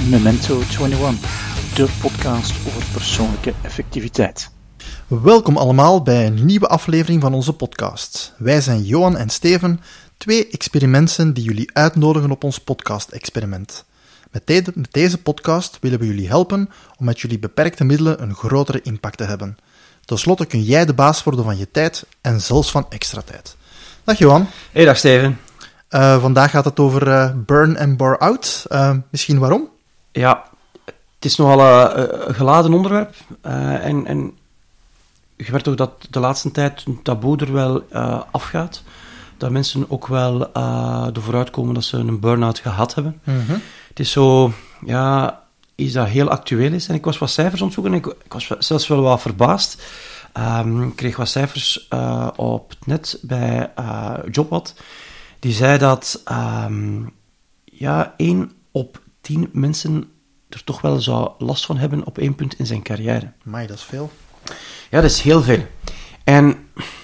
Memento 21, de podcast over persoonlijke effectiviteit. Welkom allemaal bij een nieuwe aflevering van onze podcast. Wij zijn Johan en Steven, twee experimenten die jullie uitnodigen op ons podcast-experiment. Met deze podcast willen we jullie helpen om met jullie beperkte middelen een grotere impact te hebben. Ten slotte kun jij de baas worden van je tijd en zelfs van extra tijd. Dag Johan. Hey, dag Steven. Vandaag gaat het over burn en bore out. Misschien waarom? Ja, het is nogal een geladen onderwerp. En je merkt ook dat de laatste tijd een taboe er wel afgaat. Dat mensen ook wel ervoor uitkomen dat ze een burn-out gehad hebben. Mm-hmm. Het is zo, ja, iets dat heel actueel is. En ik was wat cijfers aan het zoeken en ik was zelfs wel wat verbaasd. Ik kreeg wat cijfers op het net bij JobWat. Die zei dat 1 op 10 mensen er toch wel zou last van hebben op 1 punt in zijn carrière. Amai, dat is veel. Ja, dat is heel veel. En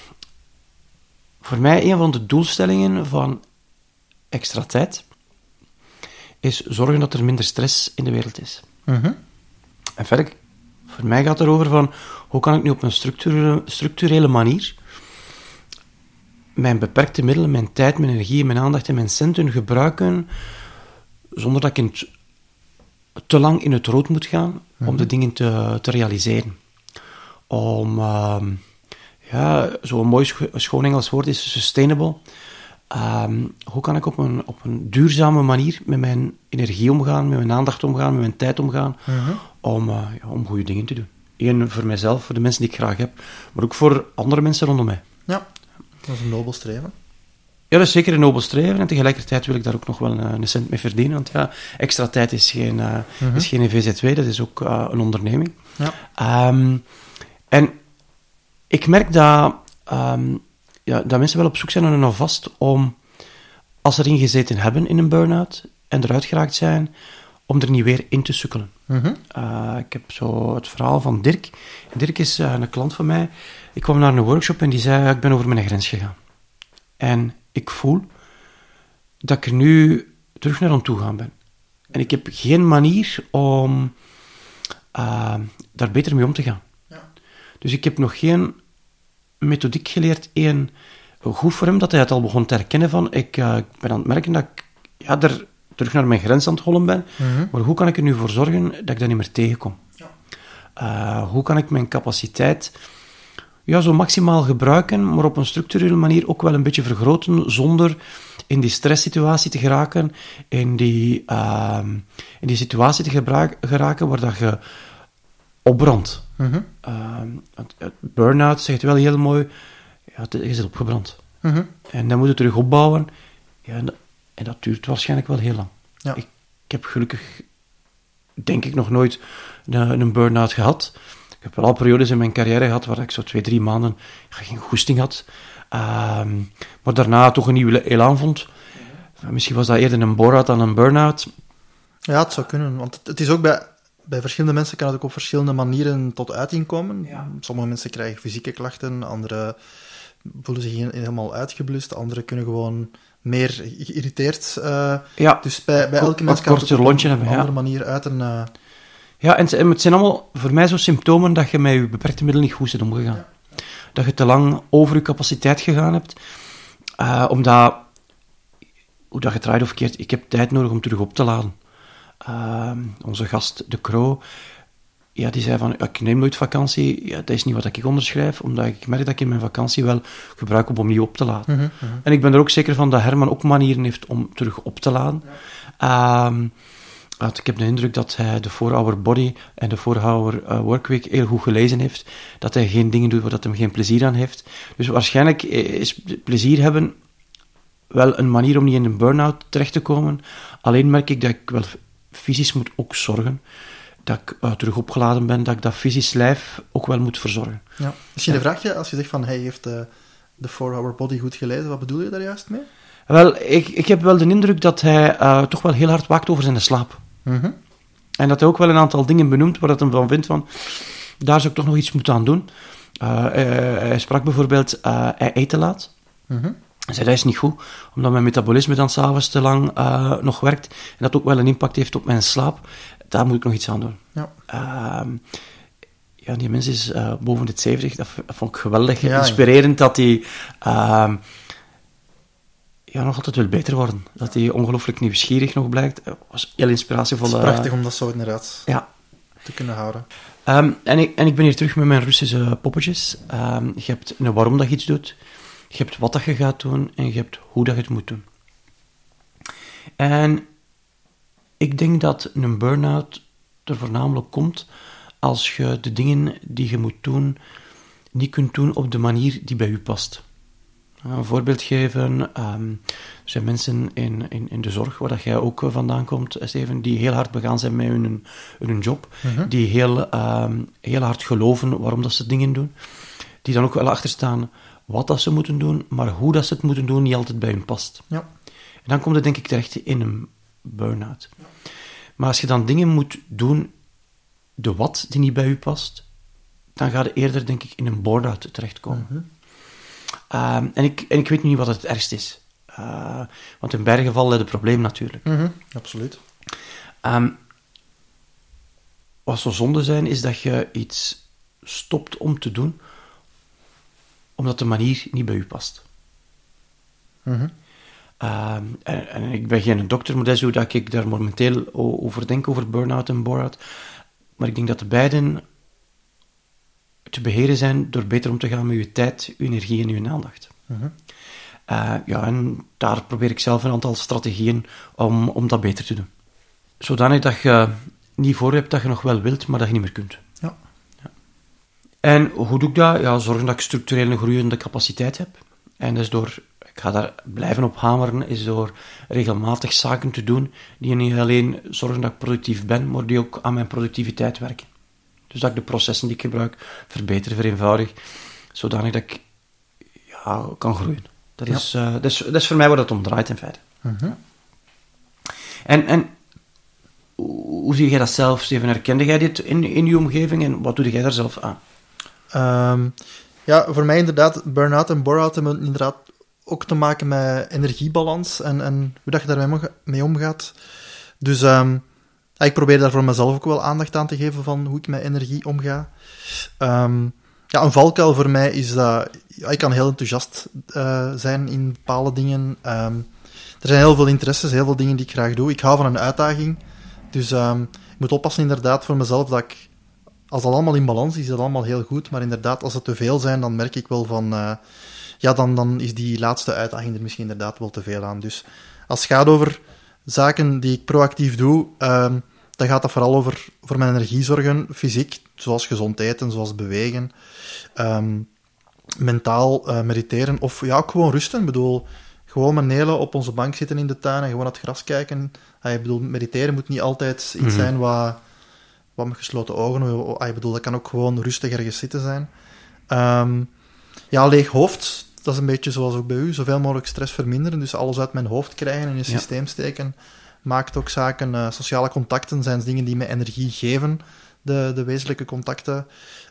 voor mij, een van de doelstellingen van extra tijd is zorgen dat er minder stress in de wereld is. Mm-hmm. En verder, voor mij gaat het erover van, hoe kan ik nu op een structurele manier mijn beperkte middelen, mijn tijd, mijn energie, mijn aandacht en mijn centen gebruiken, zonder dat ik te lang in het rood moet gaan om de dingen te realiseren. Om, zo'n mooi schoon Engels woord is sustainable. Hoe kan ik op een duurzame manier met mijn energie omgaan, met mijn aandacht omgaan, met mijn tijd omgaan, om goede dingen te doen. Eén voor mijzelf, voor de mensen die ik graag heb, maar ook voor andere mensen rondom mij. Ja, dat is een nobel streven. Ja, dat is zeker een nobel streven en tegelijkertijd wil ik daar ook nog wel een cent mee verdienen, want ja, extra tijd is geen VZW, dat is ook een onderneming. Ja. En ik merk dat mensen wel op zoek zijn naar een houvast om, als ze erin gezeten hebben in een burn-out en eruit geraakt zijn, om er niet weer in te sukkelen. Mm-hmm. Ik heb zo het verhaal van Dirk. Dirk is een klant van mij. Ik kwam naar een workshop en die zei, ik ben over mijn grens gegaan. En ik voel dat ik er nu terug naar aan toe gaan ben. En ik heb geen manier om daar beter mee om te gaan. Ja. Dus ik heb nog geen methodiek geleerd. Goed voor hem dat hij het al begon te herkennen van, ik ben aan het merken dat ik er terug naar mijn grens aan het hollen ben. Mm-hmm. Maar hoe kan ik er nu voor zorgen dat ik dat niet meer tegenkom? Ja. Hoe kan ik mijn capaciteit zo maximaal gebruiken, maar op een structurele manier ook wel een beetje vergroten, zonder in die stresssituatie te geraken, in die situatie te geraken waar dat je opbrandt. Mm-hmm. Burn-out zegt wel heel mooi, je zit opgebrand. Mm-hmm. En dan moet je terug opbouwen. Ja, en dat duurt waarschijnlijk wel heel lang. Ja. Ik heb gelukkig, denk ik, nog nooit een burn-out gehad. Ik heb wel al periodes in mijn carrière gehad waar ik zo 2-3 maanden geen goesting had. Maar daarna toch een nieuwe elan vond. Misschien was dat eerder een bore-out dan een burn-out. Ja, het zou kunnen. Want het is ook bij verschillende mensen kan het ook op verschillende manieren tot uiting komen. Ja. Sommige mensen krijgen fysieke klachten, anderen voelen zich helemaal uitgeblust, anderen kunnen gewoon meer geïrriteerd. Dus bij elke mens kan het op een andere manier uiten. Ja, en het zijn allemaal voor mij zo symptomen dat je met je beperkte middelen niet goed bent omgegaan. Ja. Dat je te lang over je capaciteit gegaan hebt. Omdat, hoe dat je draait of keert, ik heb tijd nodig om terug op te laden. Onze gast, De Croo, die zei van, ik neem nooit vakantie. Ja, dat is niet wat ik onderschrijf, omdat ik merk dat ik in mijn vakantie wel gebruik om opnieuw op te laden. Mm-hmm, mm-hmm. En ik ben er ook zeker van dat Herman ook manieren heeft om terug op te laden. Ja. Ik heb de indruk dat hij de 4-Hour Body en de 4-Hour Workweek heel goed gelezen heeft. Dat hij geen dingen doet waar dat hem geen plezier aan heeft. Dus waarschijnlijk is plezier hebben wel een manier om niet in een burn-out terecht te komen. Alleen merk ik dat ik wel fysisch moet ook zorgen. Dat ik terug opgeladen ben, dat ik dat fysisch lijf ook wel moet verzorgen. Ja. Misschien een vraagje, als je zegt van hij heeft de 4-Hour Body goed gelezen, wat bedoel je daar juist mee? Wel, ik heb wel de indruk dat hij toch wel heel hard waakt over zijn slaap. Mm-hmm. En dat hij ook wel een aantal dingen benoemt waar dat hij van vindt van, daar zou ik toch nog iets moeten aan doen. Hij sprak bijvoorbeeld, hij eet te laat. Mm-hmm. Zei, dat is niet goed, omdat mijn metabolisme dan s'avonds te lang nog werkt en dat ook wel een impact heeft op mijn slaap. Daar moet ik nog iets aan doen. Ja. Die mens is boven de 70, dat vond ik geweldig, inspirerend, dat hij nog altijd wil beter worden. Dat hij ongelooflijk nieuwsgierig nog blijkt. Was heel inspiratievol. Het is prachtig om dat zo inderdaad te kunnen houden. En ik ben hier terug met mijn Russische poppetjes. Je hebt een waarom dat je iets doet, je hebt wat dat je gaat doen en je hebt hoe dat je het moet doen. En ik denk dat een burn-out er voornamelijk komt als je de dingen die je moet doen niet kunt doen op de manier die bij u past. Een voorbeeld geven, er zijn mensen in de zorg, waar dat jij ook vandaan komt, Steven, die heel hard begaan zijn met hun job, die heel hard geloven waarom dat ze dingen doen, die dan ook wel achterstaan wat dat ze moeten doen, maar hoe dat ze het moeten doen niet altijd bij hun past. Ja. En dan komt het denk ik terecht in een burn-out. Maar als je dan dingen moet doen, de wat die niet bij u past, dan ga je eerder, denk ik, in een burn-out terechtkomen. En ik weet niet wat het ergst is. Want in beide gevallen is het probleem natuurlijk. Absoluut. Wat zo zonde zijn, is dat je iets stopt om te doen, omdat de manier niet bij u past. En ik ben geen dokter, maar dat is hoe dat ik daar momenteel over denk, over burn-out en bore-out. Maar ik denk dat de beiden te beheren zijn door beter om te gaan met uw tijd, uw energie en uw aandacht. En daar probeer ik zelf een aantal strategieën om dat beter te doen. Zodanig dat je niet voor hebt dat je nog wel wilt, maar dat je niet meer kunt. Ja. En hoe doe ik dat? Ja, zorgen dat ik structureel een groeiende capaciteit heb. En dat is door, ik ga daar blijven op hameren, is door regelmatig zaken te doen die niet alleen zorgen dat ik productief ben, maar die ook aan mijn productiviteit werken. Dus dat ik de processen die ik gebruik verbeter, vereenvoudig, zodanig dat ik kan groeien. Dat is voor mij waar het om draait, in feite. En hoe zie jij dat zelf, Steven? Herkende jij dit in je omgeving en wat doe jij daar zelf aan? Voor mij inderdaad, burn-out en bore-out hebben inderdaad ook te maken met energiebalans en hoe dat je daarmee omgaat. Dus ik probeer daar voor mezelf ook wel aandacht aan te geven van hoe ik met energie omga. Een valkuil voor mij is dat ik kan heel enthousiast zijn in bepaalde dingen. Er zijn heel veel interesses, heel veel dingen die ik graag doe. Ik hou van een uitdaging. Dus ik moet oppassen inderdaad voor mezelf dat ik, als dat allemaal in balans is, is dat allemaal heel goed. Maar inderdaad, als het te veel zijn, dan merk ik wel van... dan is die laatste uitdaging er misschien inderdaad wel te veel aan. Dus als het gaat over zaken die ik proactief doe, dan gaat dat vooral over voor mijn energie zorgen, fysiek, zoals gezond eten, zoals bewegen, mentaal mediteren, of ook gewoon rusten. Ik bedoel, gewoon met Nele op onze bank zitten in de tuin en gewoon naar het gras kijken. Ik bedoel, mediteren moet niet altijd iets zijn wat met gesloten ogen... Ik bedoel, dat kan ook gewoon rustig ergens zitten zijn. Leeg hoofd, dat is een beetje zoals ook bij u, zoveel mogelijk stress verminderen, dus alles uit mijn hoofd krijgen en in je systeem steken, maakt ook zaken. Sociale contacten zijn dingen die me energie geven, de wezenlijke contacten.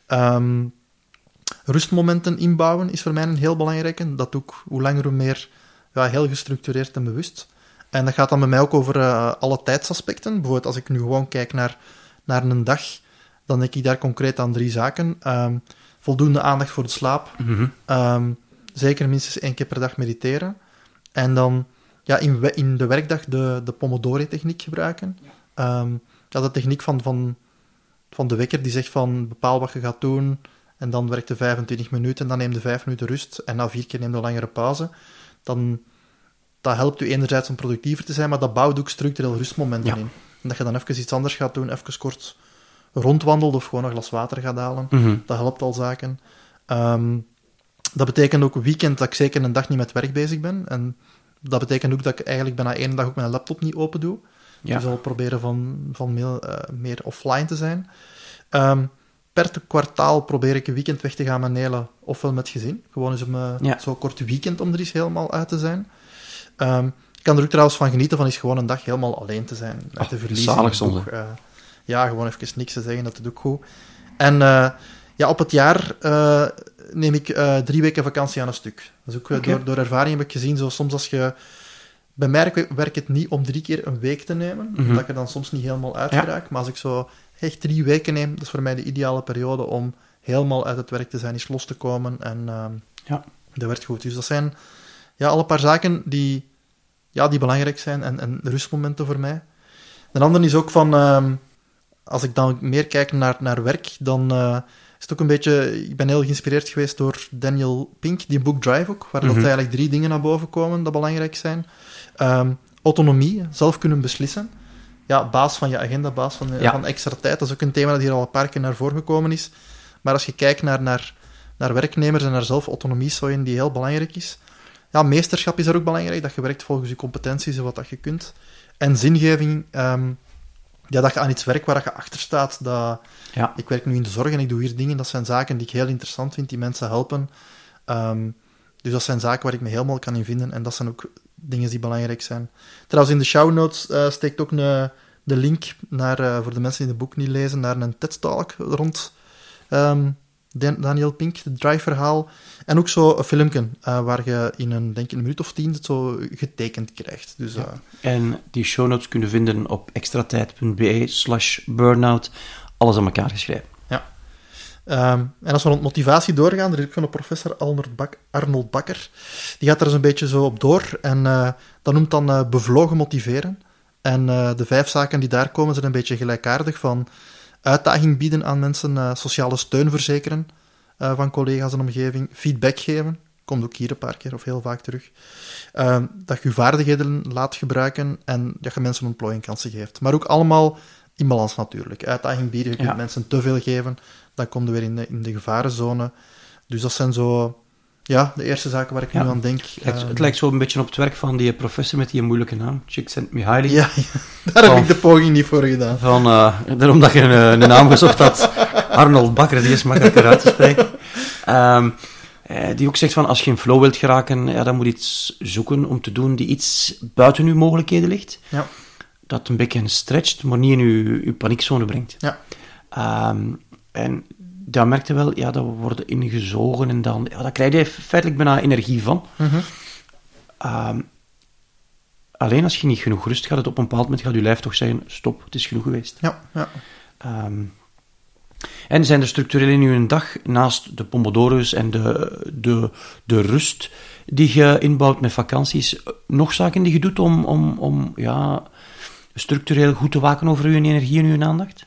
Rustmomenten inbouwen is voor mij een heel belangrijke. Dat doe ik hoe langer hoe meer heel gestructureerd en bewust. En dat gaat dan bij mij ook over alle tijdsaspecten. Bijvoorbeeld als ik nu gewoon kijk naar een dag, dan denk ik daar concreet aan 3 zaken. Voldoende aandacht voor de slaap. Zeker minstens 1 keer per dag mediteren. En dan in de werkdag de Pomodori-techniek gebruiken. De techniek van de wekker die zegt van bepaal wat je gaat doen en dan werkt je 25 minuten en dan neem je 5 minuten rust en na 4 keer neem je een langere pauze. Dat helpt u enerzijds om productiever te zijn, maar dat bouwt ook structureel rustmomenten in. En dat je dan even iets anders gaat doen, even kort rondwandelt of gewoon een glas water gaat halen. Dat helpt al zaken. Dat betekent ook weekend dat ik zeker een dag niet met werk bezig ben. En dat betekent ook dat ik eigenlijk bijna 1 dag ook mijn laptop niet open doe. Ja. Dus al proberen van meer offline te zijn. Per kwartaal probeer ik een weekend weg te gaan met Nele, ofwel met gezin. Gewoon eens zo'n kort weekend om er eens helemaal uit te zijn. Ik kan er ook trouwens van genieten van eens gewoon een dag helemaal alleen te zijn. Te verliezen. Zalig zonde. Gewoon even niks te zeggen, dat doe ik goed. En Ja, op het jaar neem ik 3 weken vakantie aan een stuk. Dat is ook door ervaring heb ik gezien, zo soms als je... Bij mij werkt het niet om 3 keer een week te nemen, omdat ik er dan soms niet helemaal uit geraak. Maar als ik zo echt 3 weken neem, dat is voor mij de ideale periode om helemaal uit het werk te zijn, eens los te komen. En dat werkt goed. Dus dat zijn al een paar zaken die belangrijk zijn en rustmomenten voor mij. Een ander is ook van... als ik dan meer kijk naar werk, dan is het ook een beetje... Ik ben heel geïnspireerd geweest door Daniel Pink, die boek Drive ook, waar dat eigenlijk 3 dingen naar boven komen dat belangrijk zijn. Autonomie, zelf kunnen beslissen. Ja, baas van je agenda, baas van extra tijd. Dat is ook een thema dat hier al een paar keer naar voren gekomen is. Maar als je kijkt naar werknemers en naar zelfautonomie, zo een die heel belangrijk is. Ja, meesterschap is daar ook belangrijk, dat je werkt volgens je competenties en wat dat je kunt. En zingeving... dat je aan iets werkt waar je achter staat. Ik werk nu in de zorg en ik doe hier dingen. Dat zijn zaken die ik heel interessant vind, die mensen helpen. Dus dat zijn zaken waar ik me helemaal kan in vinden. En dat zijn ook dingen die belangrijk zijn. Trouwens, in de show notes steekt ook de link naar, voor de mensen die het boek niet lezen, naar een TED-talk rond Daniel Pink, het Drive-verhaal. En ook zo een filmpje waar je in een minuut of 10 het zo getekend krijgt. Dus, En die show notes kunnen vinden op extratijd.be/burnout. Alles aan elkaar geschreven. Ja. En als we rond motivatie doorgaan, er is ook van de professor Arnold Bakker. Die gaat er eens een beetje zo op door. En dat noemt dan bevlogen motiveren. En de 5 zaken die daar komen zijn een beetje gelijkaardig van... Uitdaging bieden aan mensen, sociale steun verzekeren van collega's en omgeving, feedback geven, komt ook hier een paar keer of heel vaak terug, dat je vaardigheden laat gebruiken en dat je mensen ontplooiingkansen geeft. Maar ook allemaal in balans natuurlijk. Uitdaging bieden, je kunt mensen te veel geven, dan kom je weer in de gevarenzone. Dus dat zijn zo... Ja, de eerste zaken waar ik nu aan denk. Het lijkt zo een beetje op het werk van die professor met die moeilijke naam, Csikszentmihalyi. Ja, daar heb ik de poging niet voor gedaan. Daarom dat je een naam gezocht had. Arnold Bakker, die is makkelijker uit te spreken. Die ook zegt van, als je in flow wilt geraken, dan moet je iets zoeken om te doen die iets buiten je mogelijkheden ligt. Ja. Dat een beetje stretcht, maar niet in je paniekzone brengt. Ja. En... daar merkte wel, dat we worden ingezogen en dan... daar krijg je feitelijk bijna energie van. Alleen als je niet genoeg rust gaat, het op een bepaald moment gaat je lijf toch zeggen, stop, het is genoeg geweest. Ja. En zijn er structureel in je dag, naast de pomodoro's en de rust die je inbouwt met vakanties, nog zaken die je doet om structureel goed te waken over je energie en je aandacht?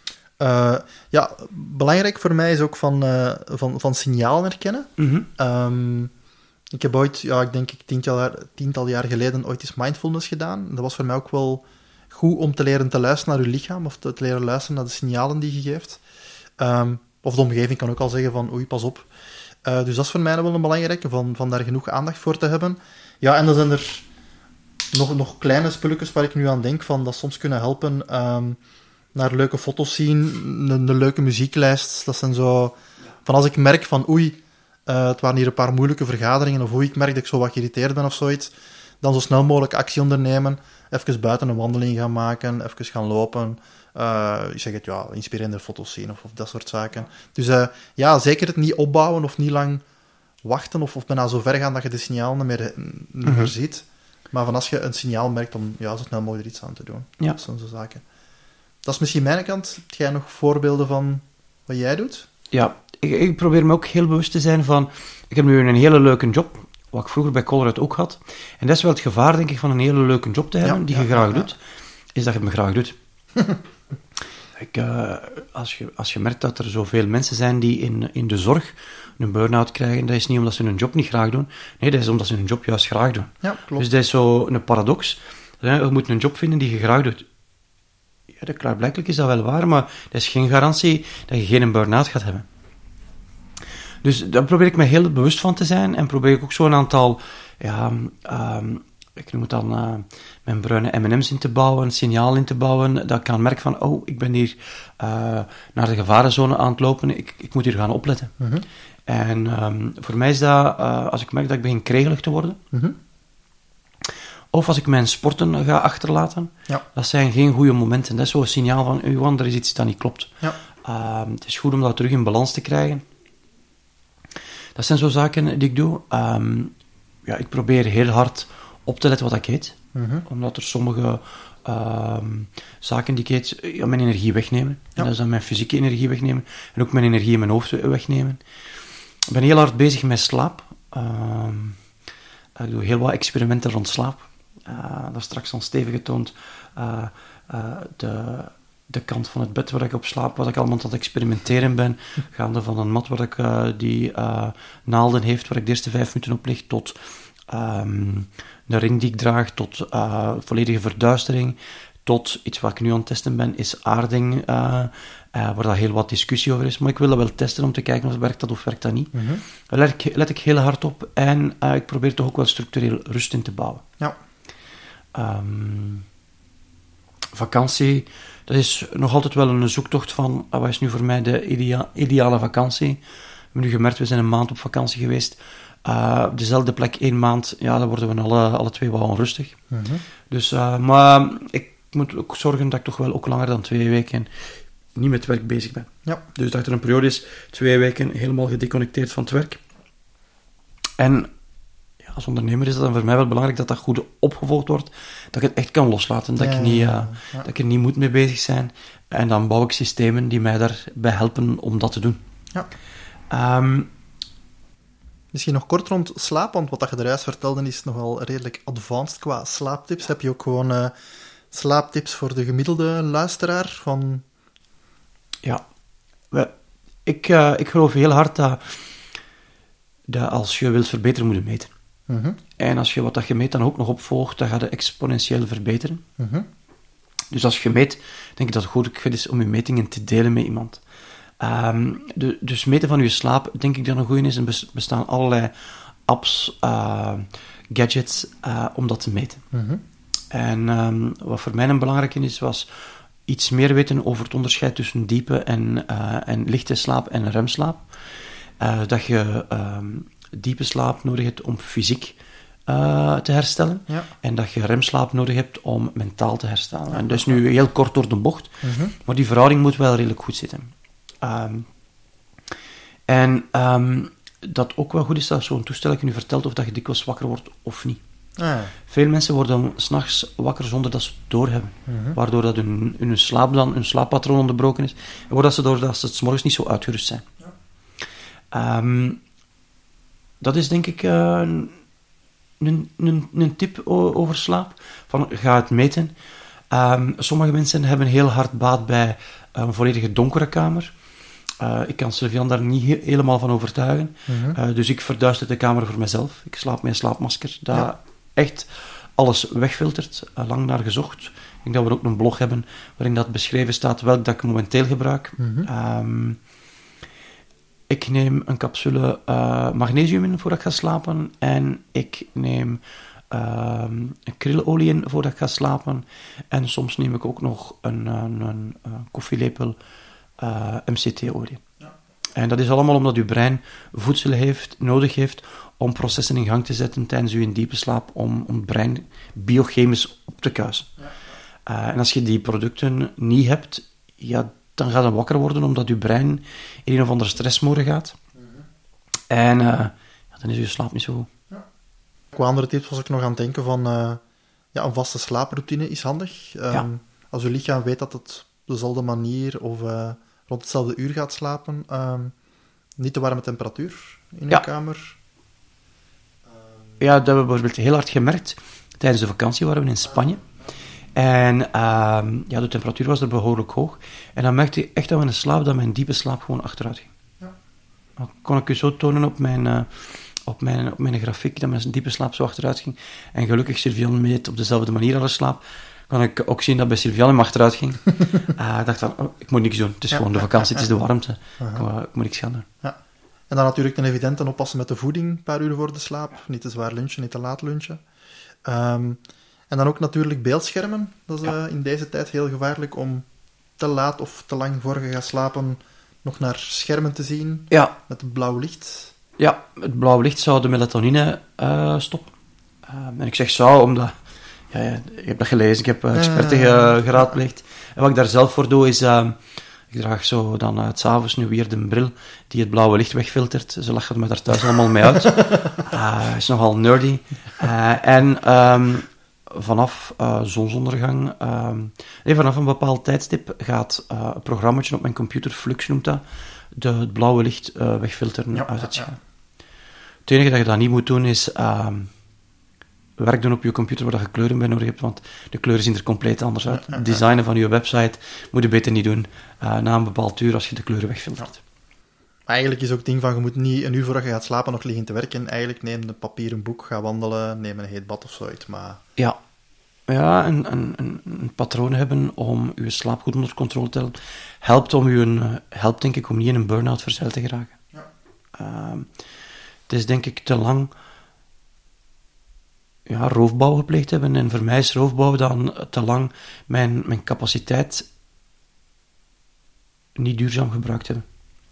Belangrijk voor mij is ook van signalen herkennen. Ik heb ooit, ik denk 10-tal jaar geleden, ooit eens mindfulness gedaan. Dat was voor mij ook wel goed om te leren te luisteren naar je lichaam, of te leren luisteren naar de signalen die je geeft. Of de omgeving kan ook al zeggen van, oei, pas op. Dus dat is voor mij wel een belangrijke, van daar genoeg aandacht voor te hebben. Ja, en dan zijn er nog kleine spulletjes waar ik nu aan denk, van dat soms kunnen helpen... naar leuke foto's zien, een leuke muzieklijst. Dat zijn zo... Van als ik merk van, het waren hier een paar moeilijke vergaderingen, of ik merk dat ik zo wat geïrriteerd ben of zoiets, dan zo snel mogelijk actie ondernemen, even buiten een wandeling gaan maken, even gaan lopen, ik zeg het, inspirerende foto's zien, of dat soort zaken. Dus zeker het niet opbouwen, of niet lang wachten, of bijna zo ver gaan dat je de signalen niet meer ziet. Maar van als je een signaal merkt, om zo snel mogelijk er iets aan te doen. Ja. Dat zijn zo zaken. Dat is misschien mijn kant. Heb jij nog voorbeelden van wat jij doet? Ja, ik probeer me ook heel bewust te zijn van... Ik heb nu een hele leuke job, wat ik vroeger bij Colruyt ook had. En dat is wel het gevaar, denk ik, van een hele leuke job te hebben, die je graag doet, is dat je het me graag doet. Als je merkt dat er zoveel mensen zijn die in de zorg een burn-out krijgen, dat is niet omdat ze hun job niet graag doen. Nee, dat is omdat ze hun job juist graag doen. Ja, klopt. Dus dat is zo een paradox. Je moet een job vinden die je graag doet. Ja, klaarblijkelijk is dat wel waar, maar dat is geen garantie dat je geen burn-out gaat hebben. Dus daar probeer ik me heel bewust van te zijn en probeer ik ook zo'n aantal, ik noem het dan, mijn bruine M&M's in te bouwen, een signaal in te bouwen, dat ik kan merken van, ik ben hier naar de gevarenzone aan het lopen, ik moet hier gaan opletten. En voor mij is dat, als ik merk dat ik begin kregelig te worden, of als ik mijn sporten ga achterlaten, dat zijn geen goede momenten. Dat is zo'n signaal van, er is iets dat niet klopt. Ja. Het is goed om dat terug in balans te krijgen. Dat zijn zo zaken die ik doe. Ik probeer heel hard op te letten wat ik eet. Omdat er sommige zaken die ik eet mijn energie wegnemen. Ja. En dat is dan mijn fysieke energie wegnemen. En ook mijn energie in mijn hoofd wegnemen. Ik ben heel hard bezig met slaap. Ik doe heel wat experimenten rond slaap. Dat is straks al stevig getoond. De kant van het bed waar ik op slaap, wat ik allemaal aan het experimenteren ben, gaande van een mat waar ik die naalden heeft, waar ik de eerste 5 minuten op lig, tot de ring die ik draag, tot volledige verduistering, tot iets wat ik nu aan het testen ben, is aarding, waar daar heel wat discussie over is. Maar ik wil dat wel testen om te kijken of werkt dat of werkt dat niet. Daar let ik heel hard op en ik probeer toch ook wel structureel rust in te bouwen. Ja. Vakantie, dat is nog altijd wel een zoektocht van wat is nu voor mij de ideale vakantie. We hebben nu gemerkt, we zijn een maand op vakantie geweest. Op dezelfde plek 1 maand, ja, dan worden we alle 2 wel onrustig. Dus, maar ik moet ook zorgen dat ik toch wel ook langer dan 2 weken niet met werk bezig ben. Ja. Dus dat er een periode is, 2 weken helemaal gedeconnecteerd van het werk. En als ondernemer is het dan voor mij wel belangrijk dat dat goed opgevolgd wordt, dat ik het echt kan loslaten, dat ik er niet moet mee bezig zijn. En dan bouw ik systemen die mij daarbij helpen om dat te doen. Ja. Misschien nog kort rond slaap, want wat je eruit vertelde is nogal redelijk advanced qua slaaptips. Heb je ook gewoon slaaptips voor de gemiddelde luisteraar? Van... Ja, ik geloof heel hard dat als je wilt verbeteren, moet je meten. En als je wat dat je meet dan ook nog opvolgt, dan gaat het exponentieel verbeteren. Dus als je meet, denk ik dat het goed is om je metingen te delen met iemand. Dus meten van je slaap, denk ik dat een goeie is. En bestaan allerlei apps, gadgets, om dat te meten. En wat voor mij een belangrijke is, was iets meer weten over het onderscheid tussen diepe en lichte slaap en remslaap. Dat je diepe slaap nodig hebt om fysiek te herstellen. Ja. En dat je remslaap nodig hebt om mentaal te herstellen. Ja, en dat is nu heel kort door de bocht. Maar die verhouding moet wel redelijk goed zitten. Dat ook wel goed is dat zo'n toestel nu vertelt of dat je dikwijls wakker wordt of niet. Veel mensen worden 's nachts wakker zonder dat ze het doorhebben. Waardoor dat hun slaappatroon onderbroken is. En doordat ze 's morgens niet zo uitgerust zijn. Dat is denk ik een tip over slaap. Ga het meten. Sommige mensen hebben heel hard baat bij een volledige donkere kamer. Ik kan Sylvian daar niet helemaal van overtuigen. Dus ik verduister de kamer voor mezelf. Ik slaap met een slaapmasker dat echt alles wegfiltert. Lang naar gezocht. Ik denk dat we ook een blog hebben waarin dat beschreven staat welk dat ik momenteel gebruik. Ik neem een capsule magnesium in voordat ik ga slapen. En ik neem krilleolie in voordat ik ga slapen. En soms neem ik ook nog een koffielepel MCT-olie. Ja. En dat is allemaal omdat uw brein voedsel nodig heeft om processen in gang te zetten tijdens uw diepe slaap, om het brein biochemisch op te kuisen. Ja. En als je die producten niet hebt, ja, dan gaat het wakker worden omdat uw brein in een of andere stressmode gaat. En dan is uw slaap niet zo goed. Ja. Qua andere tips was ik nog aan het denken van een vaste slaaproutine is handig. Als uw lichaam weet dat het op dezelfde manier of rond hetzelfde uur gaat slapen, niet te warme temperatuur in uw kamer. Ja, dat hebben we bijvoorbeeld heel hard gemerkt tijdens de vakantie waren we in Spanje. En de temperatuur was er behoorlijk hoog. En dan merkte ik echt dat mijn diepe slaap gewoon achteruit ging. Ja. Dat kon ik u zo tonen op mijn grafiek, dat mijn diepe slaap zo achteruit ging. En gelukkig Sylvian meet op dezelfde manier alle slaap. Kan ik ook zien dat bij Sylvian hem achteruit ging. Ik dacht dan, ik moet niks doen. Het is gewoon de vakantie, het is de warmte. Ik moet niks gaan doen. Ja. En dan natuurlijk een evidente oppassen met de voeding, een paar uur voor de slaap. Niet te zwaar lunchen, niet te laat lunchen. En dan ook natuurlijk beeldschermen. Dat is in deze tijd heel gevaarlijk om te laat of te lang voor je gaat slapen nog naar schermen te zien. Ja. Met het blauw licht. Ja, het blauw licht zou de melatonine stoppen. En ik zeg zou, omdat... Ja, ik heb dat gelezen, ik heb experten geraadpleegd. En wat ik daar zelf voor doe, is... ik Ik draag zo dan 's avonds nu weer de bril die het blauwe licht wegfiltert. Ze lachen me daar thuis allemaal mee uit. Is nogal nerdy. Vanaf zonsondergang, vanaf een bepaald tijdstip gaat een programmaatje op mijn computer, Flux noemt dat, het blauwe licht wegfilteren uit het scherm. Het enige dat je dat niet moet doen is werk doen op je computer waar je kleuren bij nodig hebt, want de kleuren zien er compleet anders uit. Het designen van je website moet je beter niet doen na een bepaald uur als je de kleuren wegfiltert. Eigenlijk is ook het ding van, je moet niet een uur voordat je gaat slapen nog liggen te werken. Eigenlijk neem een papieren boek, ga wandelen, neem een heet bad of zoiets. Maar... Ja, een patroon hebben om je slaap goed onder controle te houden, helpt denk ik om niet in een burn-out verzeild te geraken. Ja. Het is denk ik te lang roofbouw gepleegd hebben, en voor mij is roofbouw dan te lang mijn capaciteit niet duurzaam gebruikt hebben.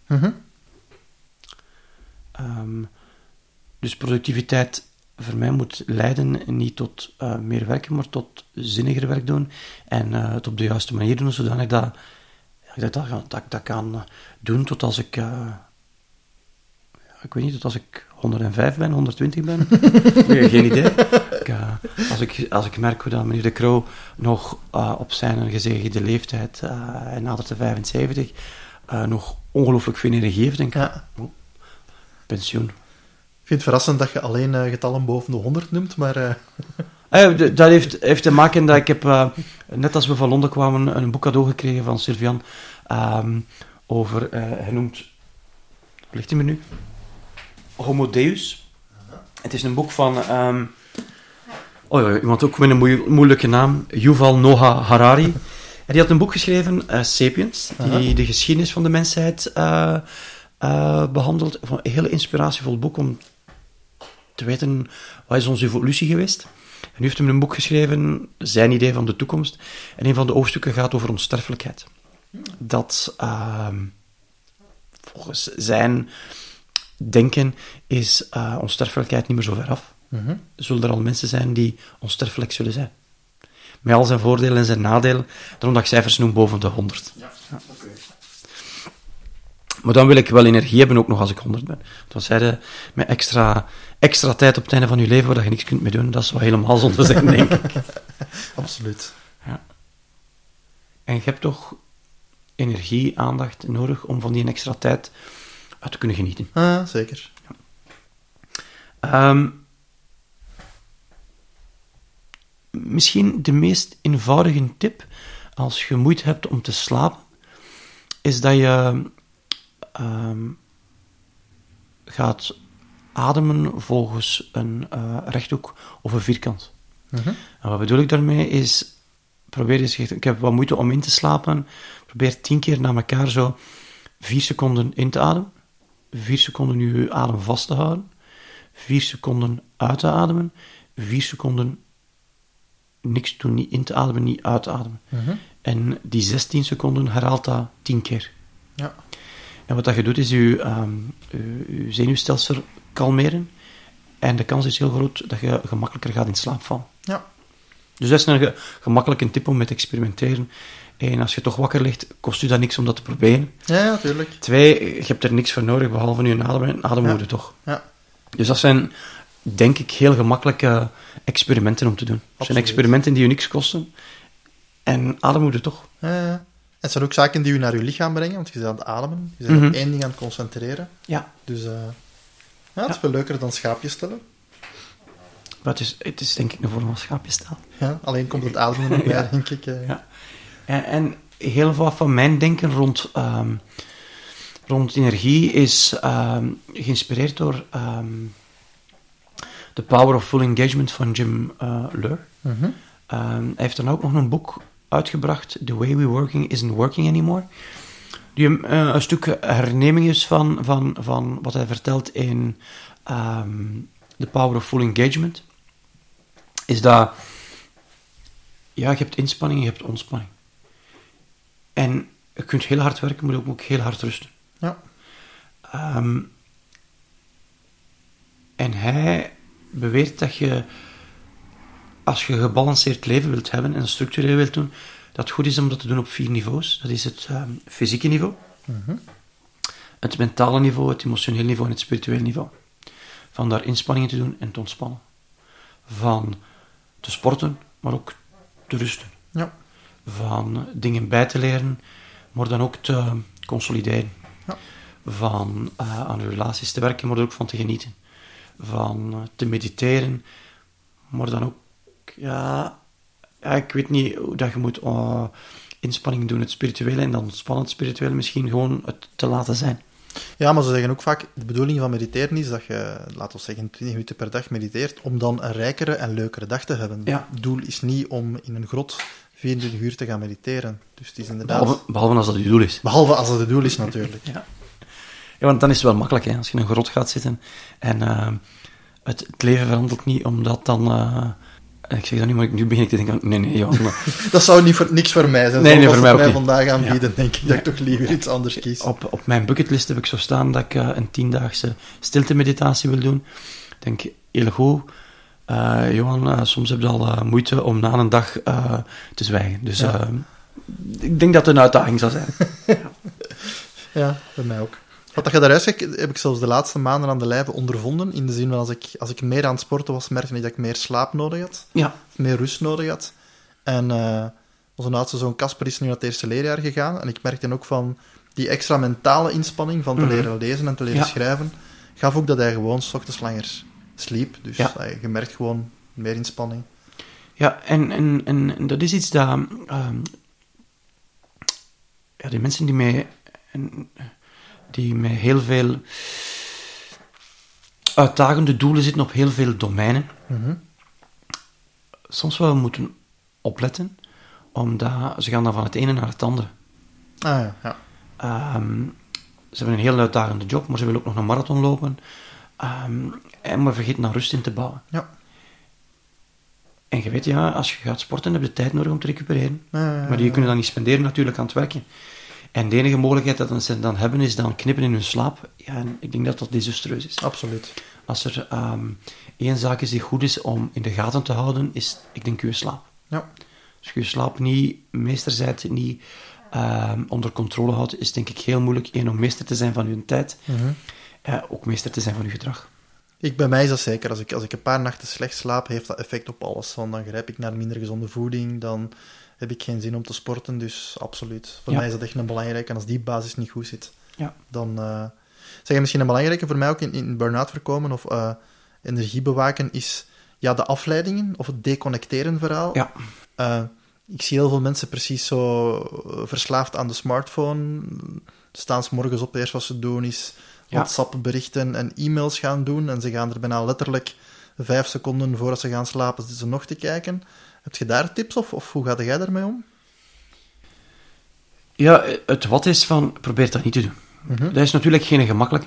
Dus productiviteit voor mij moet leiden niet tot meer werken, maar tot zinniger werk doen en het op de juiste manier doen, zodanig dat ik kan doen tot als ik ik weet niet, tot als ik 105 ben, 120 ben. Nee, geen idee. Als ik merk hoe dat meneer De Croo nog op zijn gezegende leeftijd, hij nadert de 75, nog ongelooflijk veel energie heeft, denk ik, pensioen. Ik vind het verrassend dat je alleen getallen boven de 100 noemt, maar... Dat heeft te maken dat ik heb, net als we van Londen kwamen, een boek cadeau gekregen van Sylvian over, hij noemt, wat ligt hij me nu? Homo Deus. Het is een boek van iemand ook met een moeilijke naam, Yuval Noah Harari. En die had een boek geschreven, Sapiens, die de geschiedenis van de mensheid behandelt. Een hele inspiratievol boek om te weten wat is onze evolutie geweest. En nu heeft hij een boek geschreven, zijn idee van de toekomst. En een van de hoofdstukken gaat over onsterfelijkheid. Dat volgens zijn denken is onsterfelijkheid niet meer zo ver af. Zullen er al mensen zijn die onsterfelijk zullen zijn. Met al zijn voordelen en zijn nadelen. Daarom dat ik cijfers noem boven de 100. Ja. Okay. Maar dan wil ik wel energie hebben, ook nog als ik 100 ben. Dan zeiden met extra tijd op het einde van je leven waar je niks kunt mee doen, dat is wel helemaal zonde zijn, denk ik. Absoluut. Ja. En je hebt toch energie, aandacht nodig om van die extra tijd uit te kunnen genieten. Zeker. Ja. Misschien de meest eenvoudige tip, als je moeite hebt om te slapen, is dat je gaat ademen volgens een rechthoek of een vierkant. En wat bedoel ik daarmee is, probeer eens, ik heb wat moeite om in te slapen, probeer 10 keer na elkaar zo 4 seconden in te ademen, 4 seconden je adem vast te houden, 4 seconden uit te ademen, 4 seconden niks doen, niet in te ademen, niet uit te ademen. En die 16 seconden herhaalt dat 10 keer. Ja. En wat dat je doet, is je zenuwstelsel kalmeren. En de kans is heel groot dat je gemakkelijker gaat in slaap vallen. Ja. Dus dat is een gemakkelijke tip om mee te experimenteren. En als je toch wakker ligt, kost je dat niks om dat te proberen. Ja, natuurlijk. 2, je hebt er niks voor nodig, behalve je ademen. Ademen moet je toch. Ja. Dus dat zijn, denk ik, heel gemakkelijke experimenten om te doen. Het zijn experimenten die je niks kosten. En ademen moet je toch. Ja. Het zijn ook zaken die je naar je lichaam brengen, want je bent aan het ademen. Je bent op één ding aan het concentreren. Ja. Dus het is veel leuker dan schaapjes tellen. Maar het is denk ik een vorm van schaapjes tellen. Ja, alleen komt het ademen nog bij, denk ik. Ja. En heel veel van mijn denken rond energie is geïnspireerd door The Power of Full Engagement van Jim Loehr. Hij heeft dan ook nog een boek uitgebracht, The Way We Working Isn't Working Anymore. Die een stuk herneming is van wat hij vertelt in The Power of Full Engagement. Is dat, je hebt inspanning, je hebt ontspanning. En je kunt heel hard werken, maar ook heel hard rusten. Ja. En hij beweert dat je, als je een gebalanceerd leven wilt hebben en structureel wilt doen, dat het goed is om dat te doen op 4 niveaus. Dat is het fysieke niveau, het mentale niveau, het emotionele niveau en het spirituele niveau. Van daar inspanningen te doen en te ontspannen. Van te sporten, maar ook te rusten. Ja. Van dingen bij te leren, maar dan ook te consolideren. Ja. Van aan je relaties te werken, maar er ook van te genieten. Van te mediteren, maar dan ook, ik weet niet hoe dat je moet inspanningen doen, het spirituele, en dan ontspannen het spirituele, misschien gewoon het te laten zijn. Ja, maar ze zeggen ook vaak, de bedoeling van mediteren is dat je, laten we zeggen, 20 minuten per dag mediteert, om dan een rijkere en leukere dag te hebben. Ja. Het doel is niet om in een grot 24 uur te gaan mediteren. Dus het is inderdaad... Behalve als dat je doel is. Behalve als dat het doel is, natuurlijk. Ja, want dan is het wel makkelijk, hè, als je in een grot gaat zitten en het leven verandert ook niet, omdat dan... ik zeg dat niet, maar nu begin ik te denken, nee, Johan. Dat zou niks voor mij zijn. Nee, voor mij ook niet. Vandaag aanbieden, denk ik dat ik toch liever iets anders kies. Op mijn bucketlist heb ik zo staan dat ik een 10-daagse stilte-meditatie wil doen. Ik denk, heel goed. Johan, soms heb je al moeite om na een dag te zwijgen. Dus ik denk dat het een uitdaging zal zijn. Ja, bij mij ook. Wat dat je daaruit zegt, heb ik zelfs de laatste maanden aan de lijve ondervonden. In de zin van, als ik meer aan het sporten was, merkte ik dat ik meer slaap nodig had. Ja. Meer rust nodig had. En onze oudste zoon Casper is nu naar het eerste leerjaar gegaan. En ik merkte ook van die extra mentale inspanning van te leren lezen en te leren schrijven, gaf ook dat hij gewoon 's ochtends langer sliep. Dus je merkt gewoon meer inspanning. Ja, en dat is iets dat... die mensen die met heel veel uitdagende doelen zitten op heel veel domeinen, soms wel moeten opletten, omdat ze gaan dan van het ene naar het andere. Ze hebben een heel uitdagende job, maar ze willen ook nog een marathon lopen, maar vergeten dan rust in te bouwen. Ja. En je weet, als je gaat sporten, heb je tijd nodig om te recupereren. Maar die kunnen dan niet spenderen natuurlijk aan het werken. En de enige mogelijkheid dat ze dan hebben, is dan knippen in hun slaap. Ja, en ik denk dat dat desastreus is. Absoluut. Als er één zaak is die goed is om in de gaten te houden, is, ik denk, je slaap. Ja. Als je je slaap niet meester bent, niet onder controle houdt, is denk ik heel moeilijk, om meester te zijn van je tijd, ook meester te zijn van je gedrag. Bij mij is dat zeker. Als ik een paar nachten slecht slaap, heeft dat effect op alles. Want dan grijp ik naar minder gezonde voeding, dan heb ik geen zin om te sporten, dus absoluut. Voor mij is dat echt een belangrijke. En als die basis niet goed zit, dan... Zeg je misschien een belangrijke voor mij ook in burn-out voorkomen of energie bewaken, is de afleidingen of het deconnecteren verhaal. Ja. Ik zie heel veel mensen precies zo verslaafd aan de smartphone. Staan 's morgens op, eerst wat ze doen is WhatsApp-berichten en e-mails gaan doen. En ze gaan er bijna letterlijk 5 seconden voordat ze gaan slapen, zitten ze nog te kijken. Heb je daar tips of hoe ga jij daarmee om? Ja, het wat is van, probeer dat niet te doen. Dat is natuurlijk geen gemakkelijke.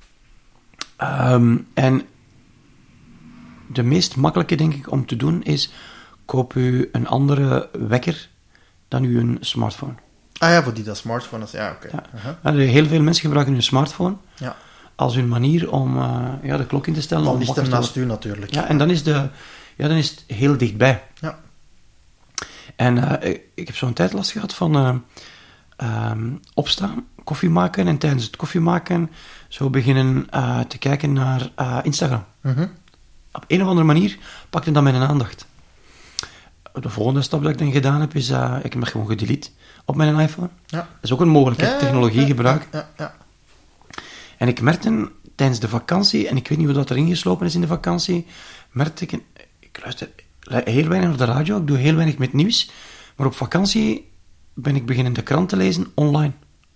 En de meest makkelijke, denk ik, om te doen is, koop u een andere wekker dan uw smartphone. Voor die dat smartphone is, oké. Heel veel mensen gebruiken hun smartphone als hun manier om de klok in te stellen. Dan ligt hem naast u natuurlijk. Ja, en dan is het heel dichtbij. Ja. En ik heb zo'n tijd last gehad van opstaan, koffie maken en tijdens het koffie maken zo beginnen te kijken naar Instagram. Op een of andere manier pakte dat mijn aandacht. De volgende stap dat ik dan gedaan heb, is ik heb dat gewoon gedelete op mijn iPhone. Ja. Dat is ook een mogelijkheid, technologie gebruiken. Ja. En ik merkte tijdens de vakantie, en ik weet niet hoe dat erin geslopen is in de vakantie, merkte ik luister heel weinig naar de radio, ik doe heel weinig met nieuws, maar op vakantie ben ik beginnen de krant te lezen online.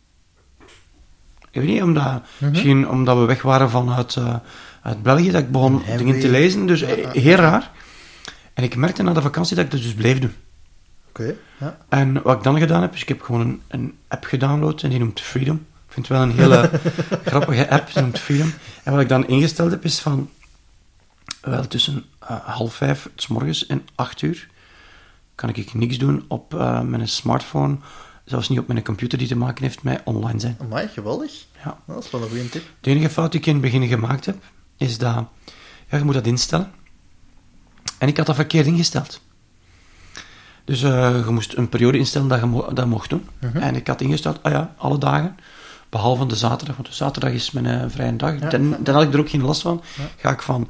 Ik weet niet, misschien omdat we weg waren vanuit België, dat ik begon dingen te lezen, dus heel raar. En ik merkte na de vakantie dat ik dat dus bleef doen. Oké. En wat ik dan gedaan heb, is ik heb gewoon een app gedownload en die noemt Freedom. Ik vind het wel een hele grappige app, die noemt Freedom. En wat ik dan ingesteld heb, is van tussen 4:30 's morgens en 8 uur kan ik niks doen op mijn smartphone, zelfs niet op mijn computer die te maken heeft met online zijn. Amai, geweldig. Ja. Dat is wel een goede tip. De enige fout die ik in het begin gemaakt heb, is dat je moet dat instellen. En ik had dat verkeerd ingesteld. Dus je moest een periode instellen dat je dat mocht doen. En ik had ingesteld, alle dagen, behalve de zaterdag, want de zaterdag is mijn vrije dag. Ja. Dan had ik er ook geen last van. Ga ik van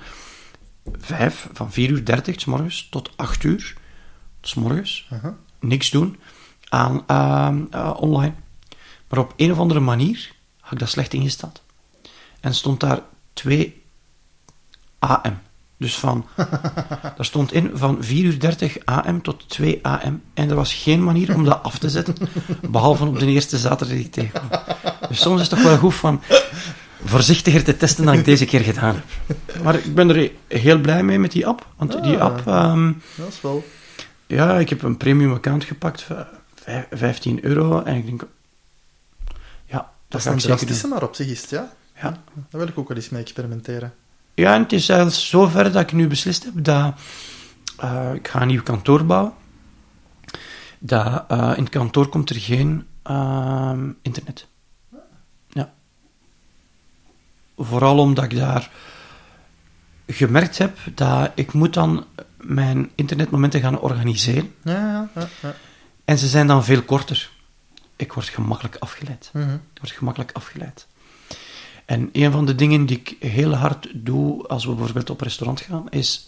4:30 's morgens tot 8 uur 's morgens niks doen aan online. Maar op een of andere manier had ik dat slecht ingesteld. En stond daar 2 AM. Dus daar stond in van 4:30 AM tot 2 AM. En er was geen manier om dat af te zetten, behalve op de eerste zaterdag die ik tegenkwam. Dus soms is het toch wel goed van voorzichtiger te testen dan ik deze keer gedaan heb. Maar ik ben er heel blij mee met die app. Want die app... dat is wel... Ja, ik heb een premium account gepakt, €15. En ik denk... Ja, Dat is ga een ik zeker doen. drastische, maar op zich is het, ja. Ja. Daar wil ik ook wel eens mee experimenteren. Ja, en het is zelfs zover dat ik nu beslist heb dat ik ga een nieuw kantoor bouwen. Dat in het kantoor komt er geen internet. Ja. Vooral omdat ik daar gemerkt heb dat ik moet dan mijn internetmomenten gaan organiseren. Ja. En ze zijn dan veel korter. Ik word gemakkelijk afgeleid. Mhm. Ik word gemakkelijk afgeleid. En een van de dingen die ik heel hard doe als we bijvoorbeeld op restaurant gaan, is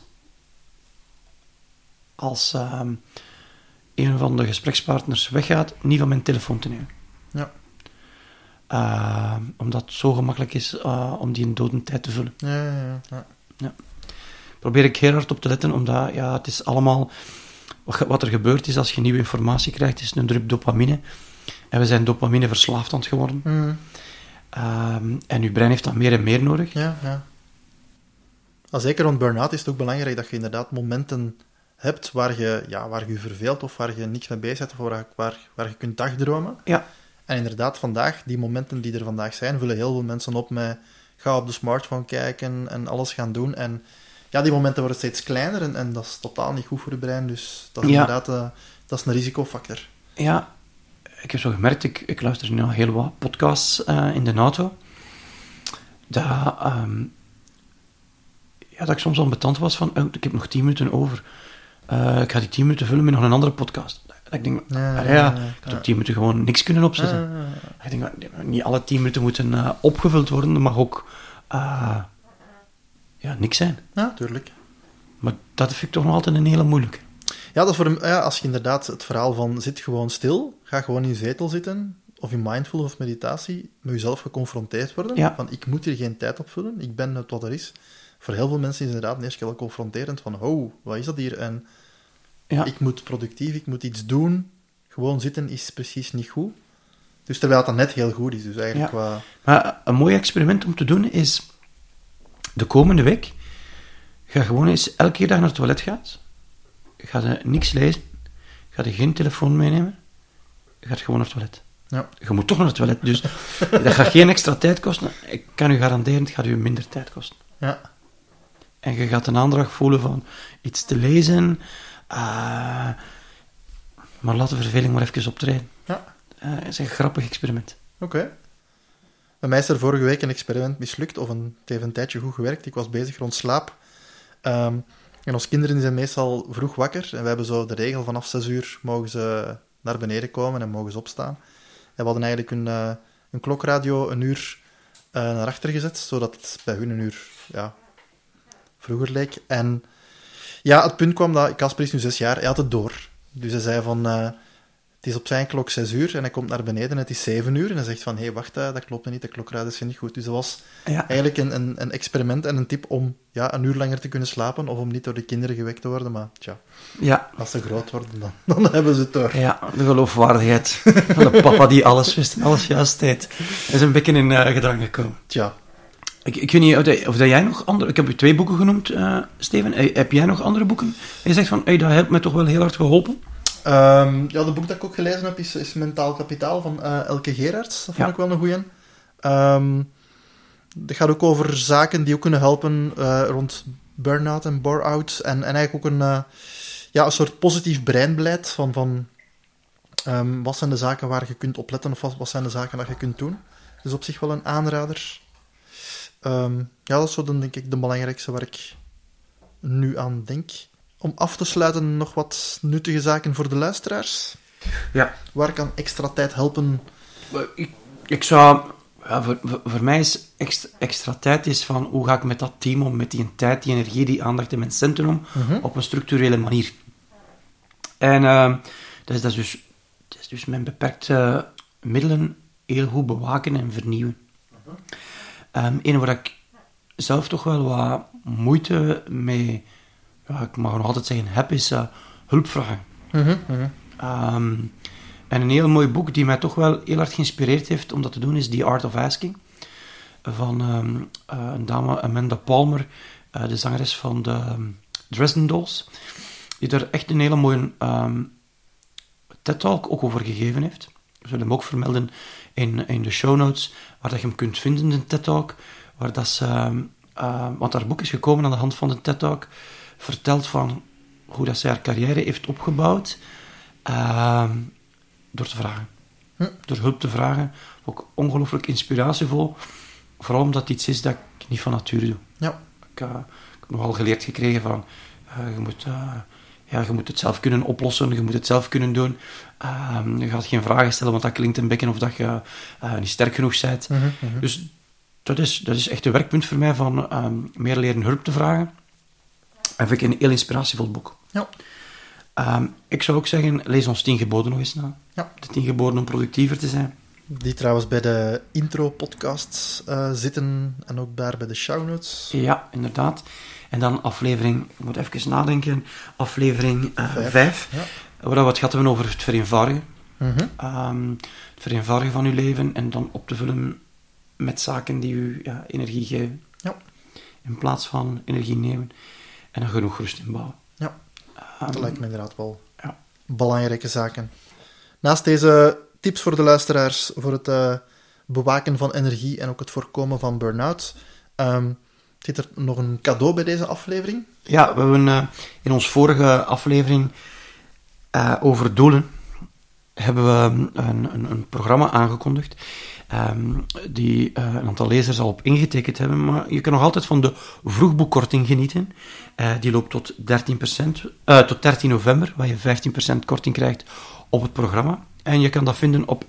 als een van de gesprekspartners weggaat, niet van mijn telefoon te nemen. Ja. Omdat het zo gemakkelijk is om die een dodentijd te vullen. Ja. Probeer ik heel hard op te letten, omdat het is allemaal... Wat er gebeurt is, als je nieuwe informatie krijgt, is een drup dopamine. En we zijn dopamine verslaafd aan het geworden. Mhm. En je brein heeft dat meer en meer nodig. Ja. Zeker rond burn-out is het ook belangrijk dat je inderdaad momenten hebt waar je verveelt of waar je niks mee bezig bent of waar je kunt dagdromen. Ja. En inderdaad, vandaag, die momenten die er vandaag zijn, vullen heel veel mensen op met ga op de smartphone kijken en alles gaan doen. En ja, die momenten worden steeds kleiner en dat is totaal niet goed voor je brein. Dus dat is inderdaad dat is een risicofactor. Ja, ik heb zo gemerkt, ik luister nu al heel wat podcasts in de auto, dat ik soms ambetant was van, ik heb nog 10 minuten over. Ik ga die 10 minuten vullen met nog een andere podcast. Dat ik denk, ik had op 10 minuten gewoon niks kunnen opzetten. Ik denk, niet alle 10 minuten moeten opgevuld worden, dat mag ook niks zijn. Ja, tuurlijk. Maar dat vind ik toch nog altijd een hele moeilijke. Ja, dat is als je inderdaad het verhaal van zit gewoon stil, ga gewoon in je zetel zitten, of in mindfulness of meditatie, met jezelf geconfronteerd worden, van ik moet hier geen tijd op vullen, ik ben het wat er is. Voor heel veel mensen is het inderdaad eerst heel confronterend van, wat is dat hier? En ik moet productief, ik moet iets doen, gewoon zitten is precies niet goed. Dus terwijl het dan net heel goed is, dus eigenlijk Maar een mooi experiment om te doen is, de komende week, ga gewoon eens elke keer dat je naar het toilet gaat, ga je niks lezen, ga je geen telefoon meenemen, je gaat gewoon naar het toilet. Ja. Je moet toch naar het toilet, dus dat gaat geen extra tijd kosten. Ik kan u garanderen, het gaat u minder tijd kosten. Ja. En je gaat een aandrang voelen van iets te lezen, maar laat de verveling maar even optreden. Ja. Het is een grappig experiment. Oké. Bij mij is er vorige week een experiment mislukt, of het heeft een tijdje goed gewerkt. Ik was bezig rond slaap. En onze kinderen zijn meestal vroeg wakker. En we hebben zo de regel, vanaf 6 uur mogen ze naar beneden komen en mogen ze opstaan. En we hadden eigenlijk een klokradio een uur naar achter gezet, zodat het bij hun een uur vroeger leek. En ja, het punt kwam dat Casper is nu 6 jaar, hij had het door. Dus hij zei van, het is op zijn klok 6 uur en hij komt naar beneden en het is 7 uur. En hij zegt van, hé, wacht, dat klopt niet, de klokradio is niet goed. Dus dat was eigenlijk een experiment en een tip om een uur langer te kunnen slapen of om niet door de kinderen gewekt te worden. Maar als ze groot worden, dan hebben ze het door. Ja, de geloofwaardigheid van de papa die alles wist en alles juist deed, is een beetje in gedrang gekomen. Tja. Ik weet niet of dat jij nog andere... Ik heb je 2 boeken genoemd, Steven. Heb jij nog andere boeken? En je zegt van, dat heeft me toch wel heel hard geholpen. De boek dat ik ook gelezen heb is Mentaal Kapitaal van Elke Gerards. Dat vond ik wel een goeie. Het gaat ook over zaken die ook kunnen helpen rond burn-out en bore-out. En eigenlijk ook een soort positief breinbeleid van wat zijn de zaken waar je kunt opletten of wat zijn de zaken dat je kunt doen. Dus op zich wel een aanrader. Dat is zo dan denk ik de belangrijkste waar ik nu aan denk om af te sluiten nog wat nuttige zaken voor de luisteraars? Ja. Waar kan extra tijd helpen? Ik zou... Ja, voor mij is extra tijd is van hoe ga ik met dat team om, met die tijd, die energie, die aandacht in mijn centrum op een structurele manier. En dat is dus mijn beperkte middelen heel goed bewaken en vernieuwen. Een waar ik zelf toch wel wat moeite mee, ja, ik mag nog altijd zeggen, heb, is hulp vragen. En een heel mooi boek die mij toch wel heel hard geïnspireerd heeft om dat te doen, is The Art of Asking. Van een dame, Amanda Palmer, de zangeres van de Dresden Dolls. Die daar echt een hele mooie TED-talk ook over gegeven heeft. We zullen hem ook vermelden in de show notes, waar dat je hem kunt vinden, de TED-talk. Waar dat ze, want haar boek is gekomen aan de hand van de TED-talk. Vertelt van hoe dat zij haar carrière heeft opgebouwd. Door te vragen. Door hulp te vragen. Ook ongelooflijk inspiratievol. Vooral omdat het iets is dat ik niet van nature doe. Ja. Ik heb nogal geleerd gekregen van... je moet het zelf kunnen oplossen. Je moet het zelf kunnen doen. Je gaat geen vragen stellen, want dat klinkt een beetje of dat je niet sterk genoeg bent. Dus dat is echt een werkpunt voor mij van meer leren hulp te vragen. En vind ik een heel inspiratievol boek. Ja. Ik zou ook zeggen, lees ons 10 geboden nog eens na. Ja. De 10 geboden om productiever te zijn. Die trouwens bij de intro-podcast zitten en ook daar bij de show notes. Ja, inderdaad. En dan aflevering, ik moet even nadenken, aflevering 5. Ja. Waar we het gaat hebben over het vereenvoudigen. Het vereenvoudigen van uw leven en dan op te vullen met zaken die u energie geven. Ja. In plaats van energie nemen en er genoeg rust in bouwen. Ja, dat lijkt me inderdaad wel Ja. belangrijke zaken. Naast deze tips voor de luisteraars voor het bewaken van energie en ook het voorkomen van burn-out, zit er nog een cadeau bij deze aflevering? Ja, we hebben in onze vorige aflevering over doelen hebben we een programma aangekondigd die een aantal lezers al op ingetekend hebben, maar je kan nog altijd van de vroegboekkorting genieten. Die loopt tot 13 november, waar je 15% korting krijgt op het programma. En je kan dat vinden op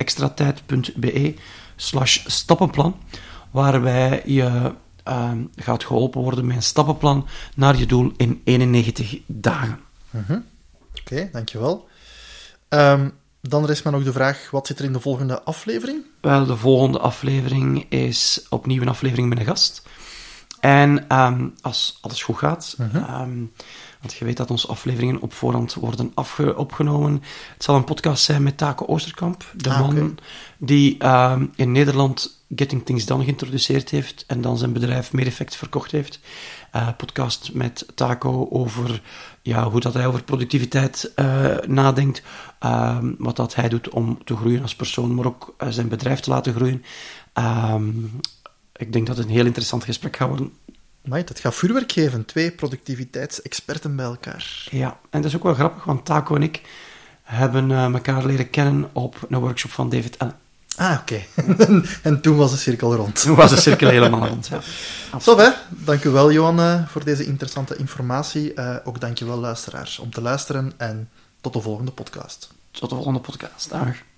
extratijd.be/stappenplan, waarbij je gaat geholpen worden met een stappenplan naar je doel in 91 dagen. Oké, dankjewel. Dan rest mij nog de vraag, wat zit er in de volgende aflevering? Wel, de volgende aflevering is opnieuw een aflevering met een gast. En als alles goed gaat, want je weet dat onze afleveringen op voorhand worden opgenomen. Het zal een podcast zijn met Taco Oosterkamp, de man die in Nederland Getting Things Done geïntroduceerd heeft en dan zijn bedrijf Medeffect verkocht heeft. Podcast met Taco over hoe dat hij over productiviteit nadenkt, wat dat hij doet om te groeien als persoon, maar ook zijn bedrijf te laten groeien. Ik denk dat het een heel interessant gesprek gaat worden. Maar het gaat vuurwerk geven, 2 productiviteitsexperten bij elkaar. Ja, en dat is ook wel grappig, want Taco en ik hebben elkaar leren kennen op een workshop van David Allen. Oké. En toen was de cirkel rond. Toen was de cirkel helemaal rond, ja. Zover. Dank u wel, Johan, voor deze interessante informatie. Ook dank je wel, luisteraars, om te luisteren en tot de volgende podcast. Tot de volgende podcast. Dag.